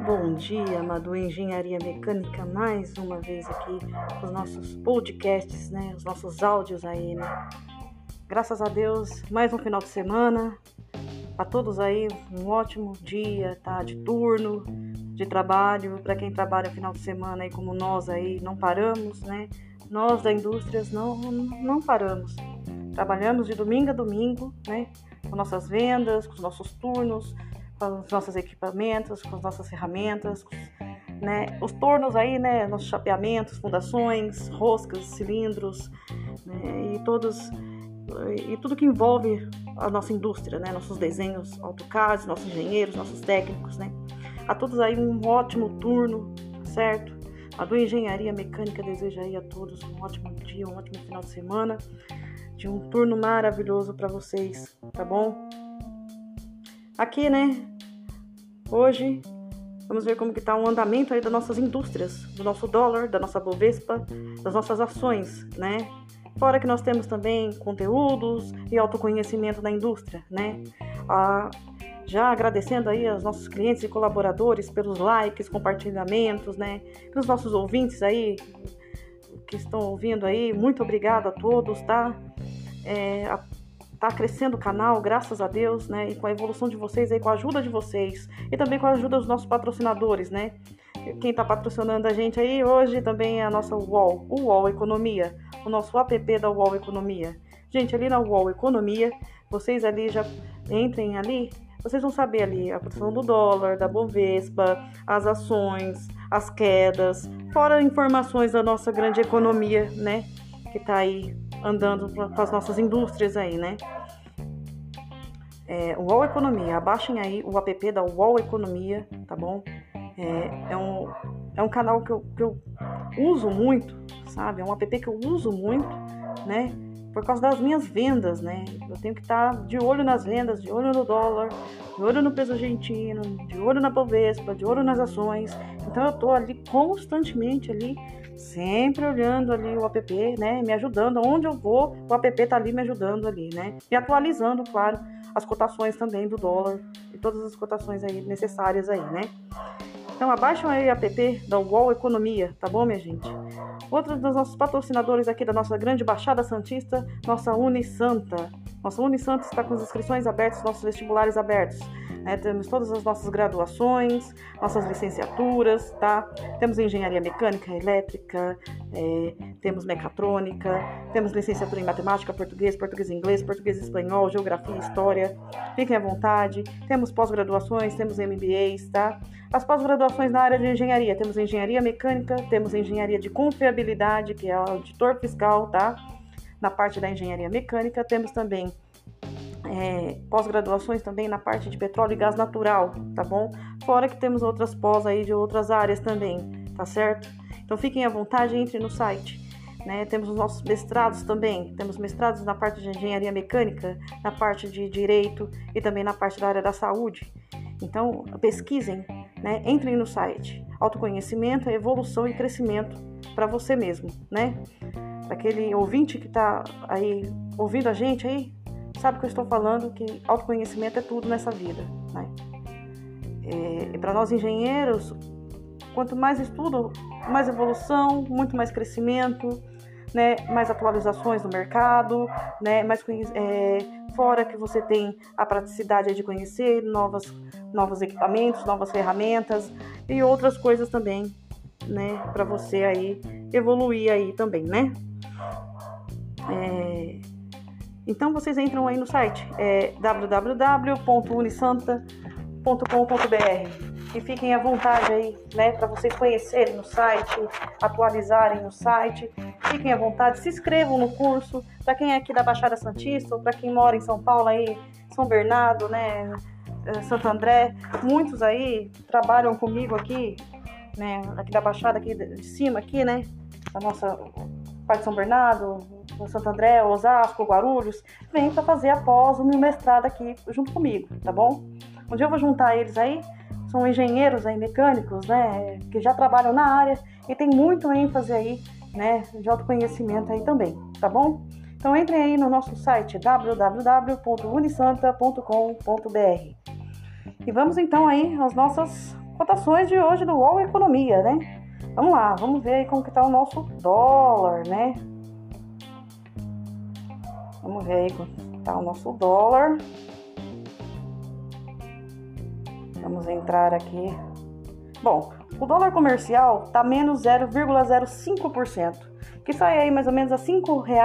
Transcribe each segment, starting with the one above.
Bom dia, Madu Engenharia Mecânica, mais uma vez aqui, os nossos podcasts, né, os nossos áudios aí, né. Graças a Deus, mais um final de semana, para todos aí, um ótimo dia, tá, de turno, de trabalho, para quem trabalha final de semana aí como nós aí, não paramos, né, nós da indústria não paramos, trabalhamos de domingo a domingo, né, com nossas vendas, com os nossos turnos, com os nossos equipamentos, com as nossas ferramentas, né? Os tornos aí, né? Nossos chapeamentos, fundações, roscas, cilindros, né? E tudo que envolve a nossa indústria, né? Nossos desenhos, AutoCAD, nossos engenheiros, nossos técnicos, né? A todos aí um ótimo turno, certo? A do Engenharia Mecânica deseja aí a todos um ótimo dia, um ótimo final de semana, de um turno maravilhoso para vocês, tá bom? Aqui, né, hoje, vamos ver como que tá o andamento aí das nossas indústrias, do nosso dólar, da nossa Bovespa, das nossas ações, né? Fora que nós temos também conteúdos e autoconhecimento da indústria, né? Já agradecendo aí aos nossos clientes e colaboradores pelos likes, compartilhamentos, né? Pelos nossos ouvintes aí, que estão ouvindo aí, muito obrigado a todos, tá? Tá crescendo o canal, graças a Deus, né? E com a evolução de vocês aí, com a ajuda de vocês e também com a ajuda dos nossos patrocinadores, né? Quem tá patrocinando a gente aí hoje também é a nossa UOL, o UOL Economia, o nosso app da UOL Economia. Gente, ali na UOL Economia, vocês ali já entrem ali, vocês vão saber ali a cotação do dólar, da Bovespa, as ações, as quedas, fora informações da nossa grande economia, né? Que tá aí andando com as nossas indústrias aí, né? UOL Economia, abaixem aí o app da UOL Economia, tá bom? É um canal que eu uso muito, sabe? É um app que eu uso muito, né? Por causa das minhas vendas, né? Eu tenho que estar de olho nas vendas, de olho no dólar, de olho no peso argentino, de olho na Bovespa, de olho nas ações. Então eu tô ali constantemente ali, sempre olhando ali o app, né? Me ajudando, onde eu vou, o app tá ali me ajudando ali, né? E atualizando, claro, as cotações também do dólar e todas as cotações aí necessárias aí, né? Então abaixam aí o app da UOL Economia, tá bom, minha gente? Outro dos nossos patrocinadores aqui da nossa grande Baixada Santista, nossa Unisanta. Nossa Unisanta está com as inscrições abertas, nossos vestibulares abertos. Temos todas as nossas graduações, nossas licenciaturas, tá? Temos engenharia mecânica, elétrica, temos mecatrônica, temos licenciatura em matemática, português e inglês, português e espanhol, geografia e história. Fiquem à vontade. Temos pós-graduações, temos MBAs, tá? As pós-graduações na área de engenharia, temos engenharia mecânica, temos engenharia de confiabilidade, que é auditor fiscal, tá? Na parte da engenharia mecânica, temos também pós-graduações também na parte de petróleo e gás natural, tá bom? Fora que temos outras pós aí de outras áreas também, tá certo? Então fiquem à vontade, entrem no site, né? Temos os nossos mestrados também, temos mestrados na parte de engenharia mecânica, na parte de direito e também na parte da área da saúde. Então pesquisem, né? Entrem no site, autoconhecimento, evolução e crescimento para você mesmo, né? Aquele ouvinte que tá aí ouvindo a gente aí, sabe que eu estou falando que autoconhecimento é tudo nessa vida, né? E para nós engenheiros, quanto mais estudo, mais evolução, muito mais crescimento, né? Mais atualizações no mercado, né? Fora que você tem a praticidade de conhecer novos equipamentos, novas ferramentas e outras coisas também, né? Para você aí evoluir aí também, né? Então vocês entram aí no site www.unisanta.com.br e fiquem à vontade aí, né, para vocês conhecerem no site, atualizarem no site, fiquem à vontade, se inscrevam no curso, para quem é aqui da Baixada Santista ou para quem mora em São Paulo aí, São Bernardo, né, Santo André, muitos aí trabalham comigo aqui, né, aqui da Baixada aqui de cima aqui, né, da nossa parte de São Bernardo, Santo André, Osasco, Guarulhos, vem para fazer após o meu mestrado aqui junto comigo, tá bom? Um dia eu vou juntar eles aí, são engenheiros aí, mecânicos, né, que já trabalham na área e tem muito ênfase aí, né, de autoconhecimento aí também, tá bom? Então entrem aí no nosso site www.unisanta.com.br e vamos então aí às nossas cotações de hoje do UOL Economia, né? Vamos lá, vamos ver aí como que tá o nosso dólar, né? Vamos ver aí como tá o nosso dólar. Vamos entrar aqui. Bom, o dólar comercial tá menos 0,05%, que sai aí mais ou menos a R$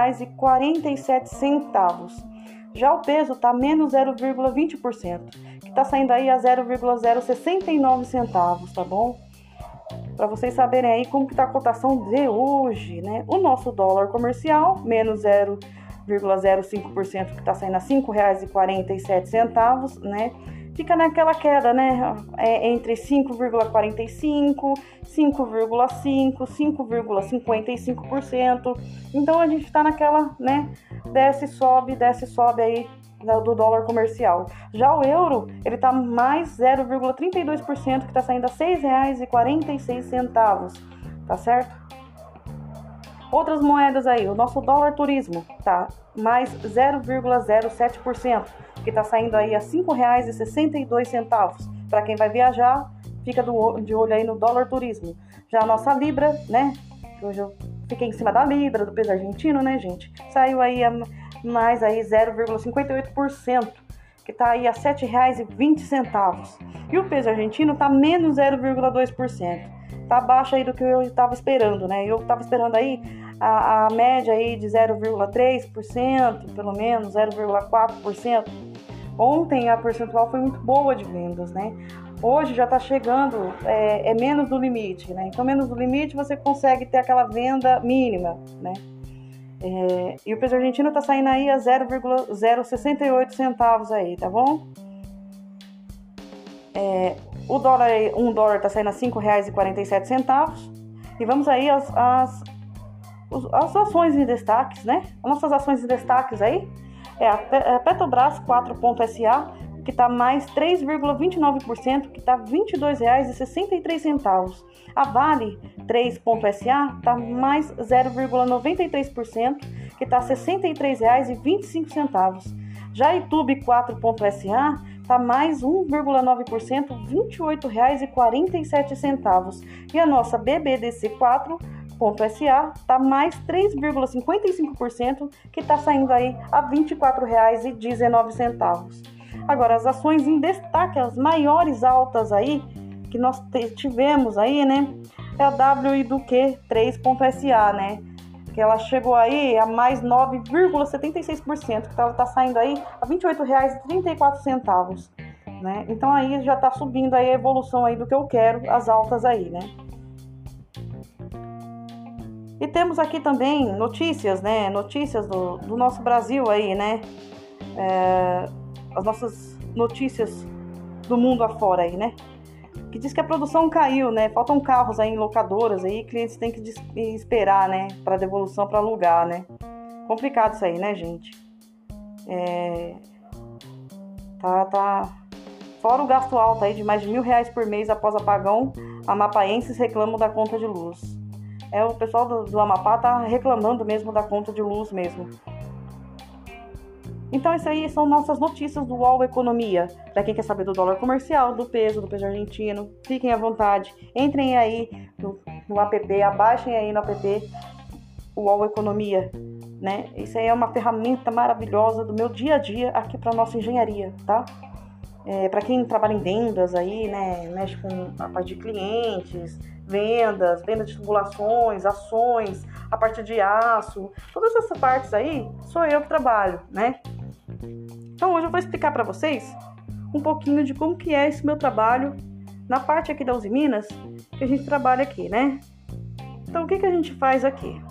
5,47. Já o peso tá menos 0,20%, que tá saindo aí a 0,069 centavos, tá bom? Para vocês saberem aí como que tá a cotação de hoje, né? O nosso dólar comercial, menos 0,05%, que tá saindo a R$ 5,47, né? Fica naquela queda, né? Entre 5,45%, 5,5%, 5,55%. Então a gente está naquela, né? Desce, sobe aí do dólar comercial. Já o euro, ele tá mais 0,32%, que está saindo a R$ 6,46, tá certo? Outras moedas aí, o nosso dólar turismo tá mais 0,07%, que tá saindo aí a R$ 5,62. Para quem vai viajar, fica de olho aí no dólar turismo. Já a nossa libra, né? Hoje eu fiquei em cima da libra, do peso argentino, né, gente? Saiu aí mais aí 0,58%, que tá aí a R$ 7,20. E o peso argentino tá menos 0,2%. Tá abaixo aí do que eu estava esperando, né? Eu estava esperando aí a média aí de 0,3%, pelo menos 0,4%. Ontem a percentual foi muito boa de vendas, né? Hoje já está chegando, menos do limite, né? Então, menos do limite você consegue ter aquela venda mínima, né? E o peso argentino está saindo aí a 0,068 centavos aí, tá bom? O dólar, um dólar está saindo a R$ 5,47. E vamos aí às ações em destaques, né? As nossas ações em destaques aí a Petrobras 4.SA, que está mais 3,29%, que está R$ 22,63. A Vale 3.SA está mais 0,93%, que está R$ 63,25. Já a YouTube 4.SA está mais 1,9%, R$ 28,47. E a nossa BBDC 4.SA está mais 3,55%, que está saindo aí a R$ 24,19. Agora, as ações em destaque, as maiores altas aí, que nós tivemos aí, né, é a W do que 3.SA, né, que ela chegou aí a mais 9,76%, que ela está saindo aí a R$ 28,34, né, então aí já está subindo aí a evolução aí do que eu quero, as altas aí, né. E temos aqui também notícias, né, notícias do nosso Brasil aí, né, as nossas notícias do mundo afora aí, né? Que diz que a produção caiu, né? Faltam carros aí em locadoras aí, clientes têm que esperar, né? Para devolução para alugar, né? Complicado isso aí, né, gente? Tá. Fora o gasto alto aí de mais de R$ 1.000 por mês após apagão, amapaenses reclamam da conta de luz. O pessoal do Amapá tá reclamando mesmo da conta de luz mesmo. Então, isso aí são nossas notícias do UOL Economia. Para quem quer saber do dólar comercial, do peso argentino, fiquem à vontade. Entrem aí no app, abaixem aí no app o UOL Economia, né? Isso aí é uma ferramenta maravilhosa do meu dia a dia aqui para nossa engenharia, tá? Para quem trabalha em vendas aí, né? Mexe com a parte de clientes, venda de tubulações, ações, a parte de aço, todas essas partes aí sou eu que trabalho, né? Então hoje eu vou explicar para vocês um pouquinho de como que é esse meu trabalho na parte aqui da Uzi Minas, que a gente trabalha aqui, né? Então o que a gente faz aqui?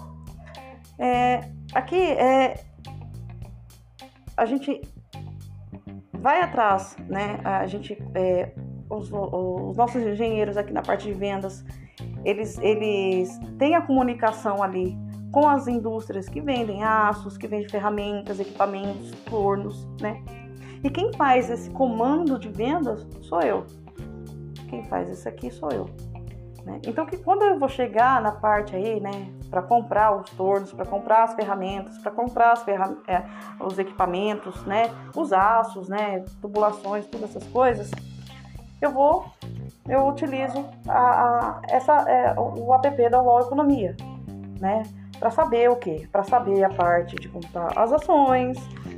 A gente vai atrás, né? Os nossos engenheiros aqui na parte de vendas, eles têm a comunicação ali com as indústrias que vendem aços, que vendem ferramentas, equipamentos, tornos, né? E quem faz esse comando de vendas sou eu. Quem faz isso aqui sou eu, né? Então, quando eu vou chegar na parte aí, né, para comprar os tornos, para comprar as ferramentas, para comprar os equipamentos, né, os aços, né, tubulações, todas essas coisas, eu vou eu utilizo o app da UOL Economia, né? Para saber o quê? Para saber a parte de comprar as ações,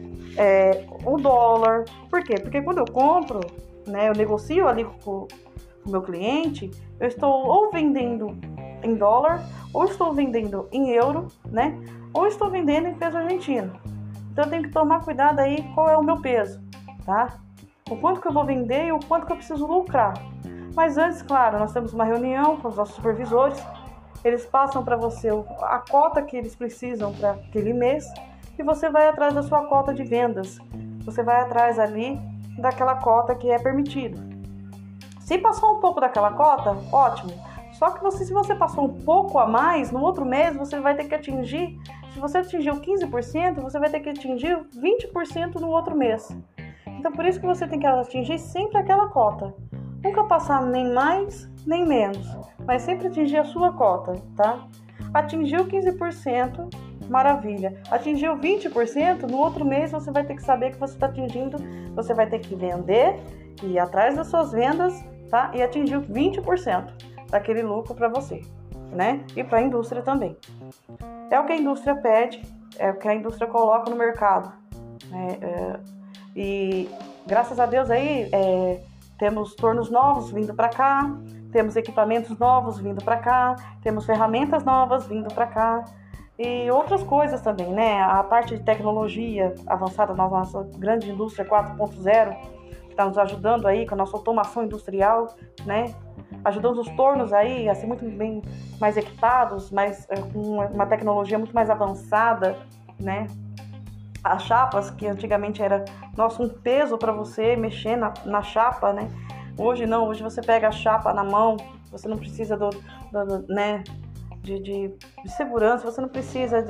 o dólar. Por quê? Porque quando eu compro, né, eu negocio ali com o meu cliente, eu estou ou vendendo em dólar, ou estou vendendo em euro, né? Ou estou vendendo em peso argentino. Então eu tenho que tomar cuidado aí qual é o meu peso, tá? O quanto que eu vou vender e o quanto que eu preciso lucrar. Mas antes, claro, nós temos uma reunião com os nossos supervisores, eles passam para você a cota que eles precisam para aquele mês e você vai atrás da sua cota de vendas. Você vai atrás ali daquela cota que é permitido. Se passou um pouco daquela cota, ótimo. Só que se você passou um pouco a mais, no outro mês você vai ter que atingir, se você atingiu 15%, você vai ter que atingir 20% no outro mês. Então por isso que você tem que atingir sempre aquela cota. Nunca passar nem mais, nem menos, mas sempre atingir a sua cota, tá? Atingiu 15%, maravilha. Atingiu 20%, no outro mês você vai ter que saber que você está atingindo, você vai ter que vender, ir atrás das suas vendas, tá? E atingir 20% daquele lucro para você, né? E para a indústria também. É o que a indústria pede, é o que a indústria coloca no mercado, né? E graças a Deus aí temos tornos novos vindo para cá, temos equipamentos novos vindo para cá, temos ferramentas novas vindo para cá e outras coisas também, né? A parte de tecnologia avançada na nossa grande indústria 4.0 está nos ajudando aí com a nossa automação industrial, né? Ajudando os tornos aí a ser muito bem mais equipados, com uma tecnologia muito mais avançada, né? As chapas, que antigamente era um peso para você mexer na chapa, né? Hoje não, hoje você pega a chapa na mão, você não precisa né, de segurança, você não precisa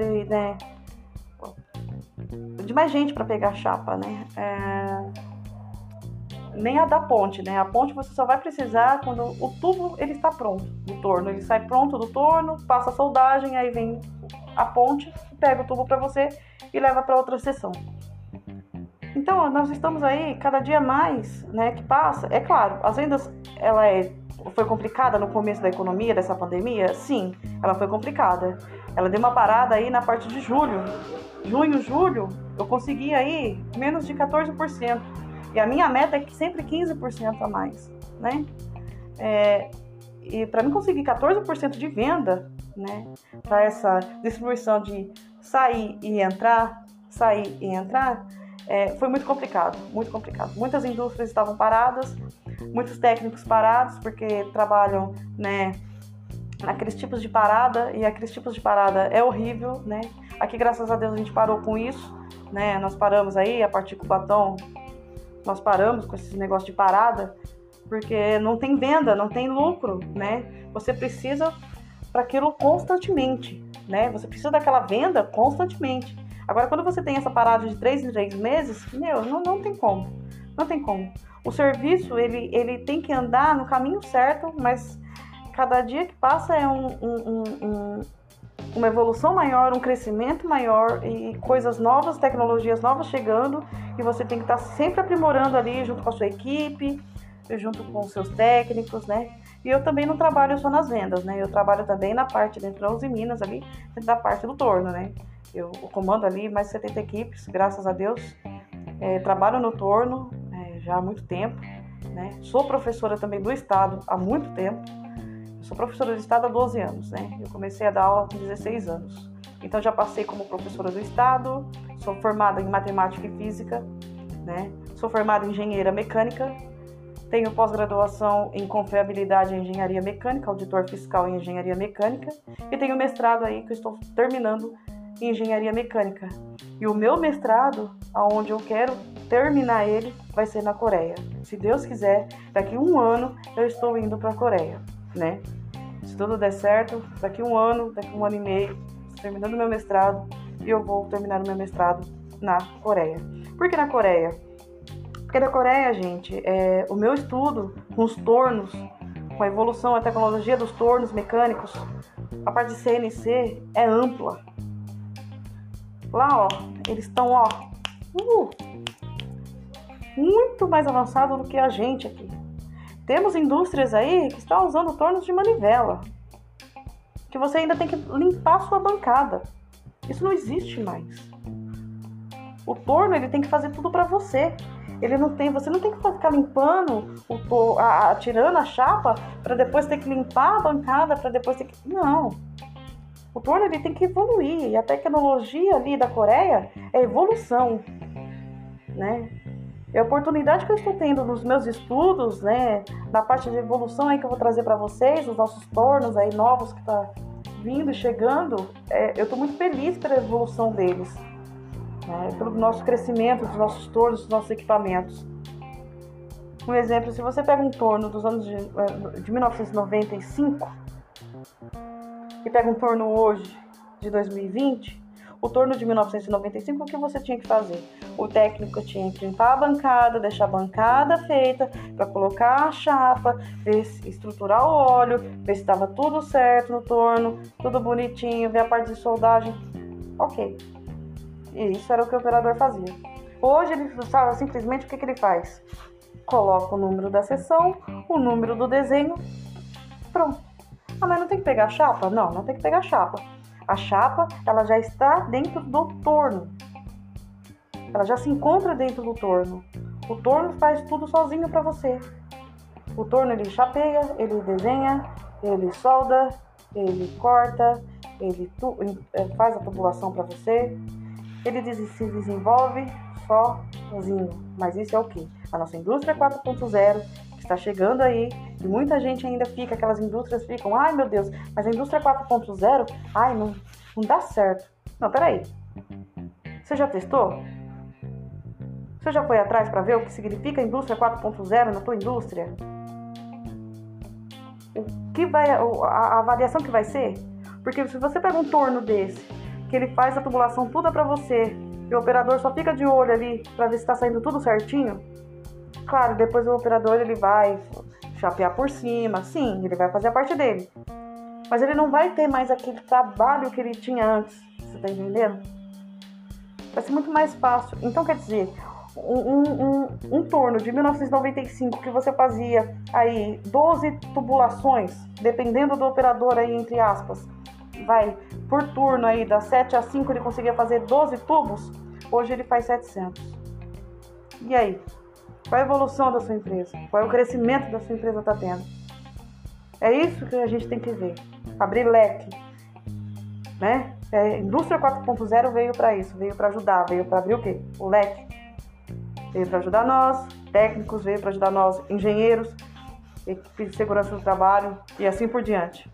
de mais gente para pegar a chapa, né? Nem a da ponte, né? A ponte você só vai precisar quando o tubo ele está pronto do torno. Ele sai pronto do torno, passa a soldagem, aí vem a ponte, pega o tubo para você e leva para outra seção. Então, nós estamos aí, cada dia mais, né, que passa. É claro, as vendas, foi complicada no começo da economia, dessa pandemia? Sim, ela foi complicada. Ela deu uma parada aí na parte de julho. Junho, julho, eu consegui aí menos de 14%. E a minha meta é que sempre 15% a mais, né? E para mim conseguir 14% de venda, né? Para essa distribuição de sair e entrar, foi muito complicado, muito complicado. Muitas indústrias estavam paradas, muitos técnicos parados, porque trabalham, né, naqueles tipos de parada, e aqueles tipos de parada é horrível, né? Aqui, graças a Deus, a gente parou com isso, né? Nós paramos aí, a partir do Cubatão, nós paramos com esse negócio de parada, porque não tem venda, não tem lucro, né? Você precisa para aquilo constantemente, né? Você precisa daquela venda constantemente. Agora, quando você tem essa parada de 3 em 3 meses, não tem como. Não tem como. O serviço, ele tem que andar no caminho certo, mas cada dia que passa é uma evolução maior, um crescimento maior e coisas novas, tecnologias novas chegando, e você tem que estar sempre aprimorando ali junto com a sua equipe, junto com os seus técnicos, né? E eu também não trabalho só nas vendas, né? Eu trabalho também na parte dentro da Usiminas ali, dentro da parte do torno, né? Eu comando ali mais de 70 equipes, graças a Deus. Trabalho no torno já há muito tempo, né? Sou professora também do Estado há muito tempo. Eu sou professora do Estado há 12 anos, né? Eu comecei a dar aula com 16 anos. Então já passei como professora do Estado, sou formada em matemática e física, né? Sou formada em engenheira mecânica, tenho pós-graduação em confiabilidade em engenharia mecânica, auditor fiscal em engenharia mecânica, e tenho mestrado aí que eu estou terminando em engenharia mecânica. E o meu mestrado, aonde eu quero terminar ele, vai ser na Coreia. Se Deus quiser, daqui a 1 ano eu estou indo para a Coreia, né? Se tudo der certo, daqui a 1 ano, daqui a 1 ano e meio, estou terminando meu mestrado e eu vou terminar o meu mestrado na Coreia. Por que na Coreia? Porque na Coreia, gente, o meu estudo com os tornos, com a evolução, a tecnologia dos tornos mecânicos, a parte de CNC é ampla. Lá, ó, eles estão, muito mais avançados do que a gente aqui. Temos indústrias aí que estão usando tornos de manivela, que você ainda tem que limpar a sua bancada. Isso não existe mais. O torno, ele tem que fazer tudo para você. Você não tem que ficar limpando, tirando a chapa para depois ter que limpar a bancada, para depois ter que... Não. O torno, ele tem que evoluir. E a tecnologia ali da Coreia é evolução, né? É a oportunidade que eu estou tendo nos meus estudos, né? Na parte de evolução aí que eu vou trazer para vocês, os nossos tornos aí novos que tá vindo e chegando. Eu estou muito feliz pela evolução deles, né? Pelo nosso crescimento dos nossos tornos, dos nossos equipamentos. Um exemplo, se você pega um torno dos anos de 1995 e pega um torno hoje de 2020, o torno de 1995, o que você tinha que fazer? O técnico tinha que limpar a bancada, deixar a bancada feita para colocar a chapa, estruturar o óleo, ver se estava tudo certo no torno, tudo bonitinho, ver a parte de soldagem. Ok. E isso era o que o operador fazia. Hoje ele sabe simplesmente o que ele faz. Coloca o número da seção, o número do desenho, pronto. Ah, mas não tem que pegar a chapa? Não, não tem que pegar a chapa. A chapa, ela já está dentro do torno. Ela já se encontra dentro do torno. O torno faz tudo sozinho para você. O torno, ele chapeia, ele desenha, ele solda, ele corta, ele faz a tubulação para você. Ele se desenvolve sozinho. Mas isso é o quê? A nossa indústria 4.0 que está chegando aí. E muita gente ainda fica, aquelas indústrias ficam, ai meu Deus, mas a indústria 4.0, ai, não dá certo. Não, peraí. Você já testou? Você já foi atrás para ver o que significa a indústria 4.0 na tua indústria? A avaliação que vai ser? Porque se você pega um torno desse, que ele faz a tubulação toda para você, e o operador só fica de olho ali para ver se está saindo tudo certinho, claro, depois o operador ele vai chapear por cima, sim, ele vai fazer a parte dele. Mas ele não vai ter mais aquele trabalho que ele tinha antes, você tá entendendo? Vai ser muito mais fácil. Então, quer dizer, um torno de 1995 que você fazia aí 12 tubulações, dependendo do operador aí, entre aspas, vai por turno aí, das 7 a 5 ele conseguia fazer 12 tubos, hoje ele faz 700. E aí? Qual a evolução da sua empresa? Qual é o crescimento da sua empresa está tendo? É isso que a gente tem que ver. Abrir leque, né? A indústria 4.0 veio para isso, veio para ajudar, veio para abrir o quê? O leque. Veio para ajudar nós, técnicos, veio para ajudar nós, engenheiros, equipe de segurança do trabalho e assim por diante.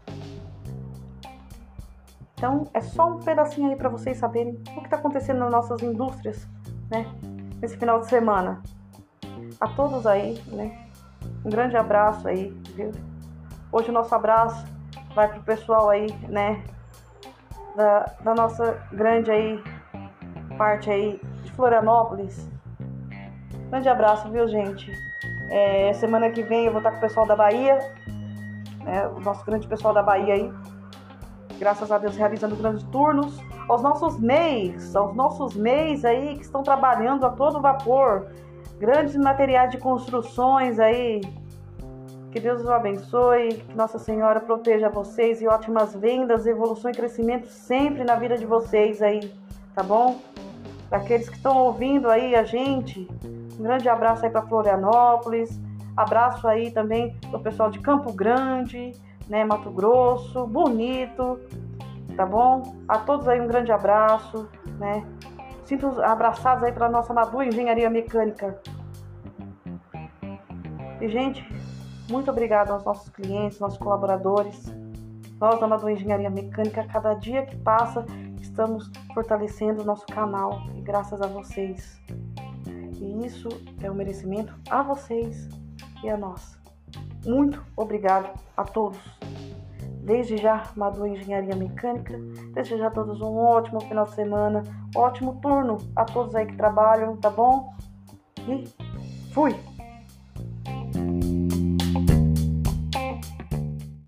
Então, é só um pedacinho aí para vocês saberem o que está acontecendo nas nossas indústrias, né? Nesse final de semana. A todos aí, né? Um grande abraço aí, viu? Hoje o nosso abraço vai pro pessoal aí, né? Da nossa grande aí parte aí de Florianópolis. Grande abraço, viu, gente? Semana que vem eu vou estar com o pessoal da Bahia, né? O nosso grande pessoal da Bahia aí. Graças a Deus realizando grandes turnos. Aos nossos MEIs aí que estão trabalhando a todo vapor. Grandes materiais de construções aí. Que Deus os abençoe, que Nossa Senhora proteja vocês e ótimas vendas, evolução e crescimento sempre na vida de vocês aí, tá bom? Para aqueles que estão ouvindo aí a gente, um grande abraço aí para Florianópolis, abraço aí também pro pessoal de Campo Grande, né, Mato Grosso, Bonito, tá bom? A todos aí um grande abraço, né? Sinto abraçados aí pela nossa Madu Engenharia Mecânica. E, gente, muito obrigada aos nossos clientes, nossos colaboradores. Nós da Madu Engenharia Mecânica, cada dia que passa, estamos fortalecendo o nosso canal. E graças a vocês. E isso é um merecimento a vocês e a nós. Muito obrigado a todos. Desde já, Madu Engenharia Mecânica. Desde já a todos um ótimo final de semana. Ótimo turno a todos aí que trabalham, tá bom? E fui!